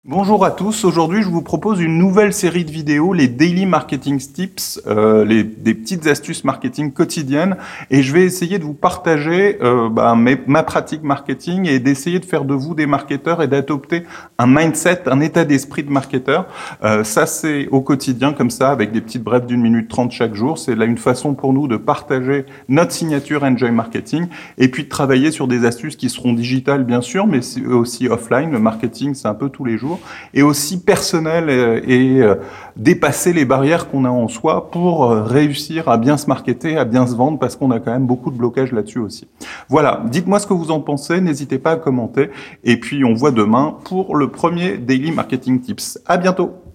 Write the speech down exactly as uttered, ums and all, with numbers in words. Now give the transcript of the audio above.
Bonjour à tous, aujourd'hui je vous propose une nouvelle série de vidéos, les Daily Marketing Tips, euh, les, des petites astuces marketing quotidiennes, et je vais essayer de vous partager euh, bah, mes, ma pratique marketing et d'essayer de faire de vous des marketeurs et d'adopter un mindset, un état d'esprit de marketeur. Euh, ça c'est au quotidien comme ça, avec des petites brèves d'une minute trente chaque jour. C'est là une façon pour nous de partager notre signature Enjoy Marketing et puis de travailler sur des astuces qui seront digitales bien sûr, mais aussi offline. Le marketing c'est un peu tous les jours. Et aussi personnel et, et euh, dépasser les barrières qu'on a en soi pour euh, réussir à bien se marketer, à bien se vendre, parce qu'on a quand même beaucoup de blocages là-dessus aussi. Voilà, dites-moi ce que vous en pensez, n'hésitez pas à commenter, et puis on voit demain pour le premier Daily Marketing Tips. À bientôt.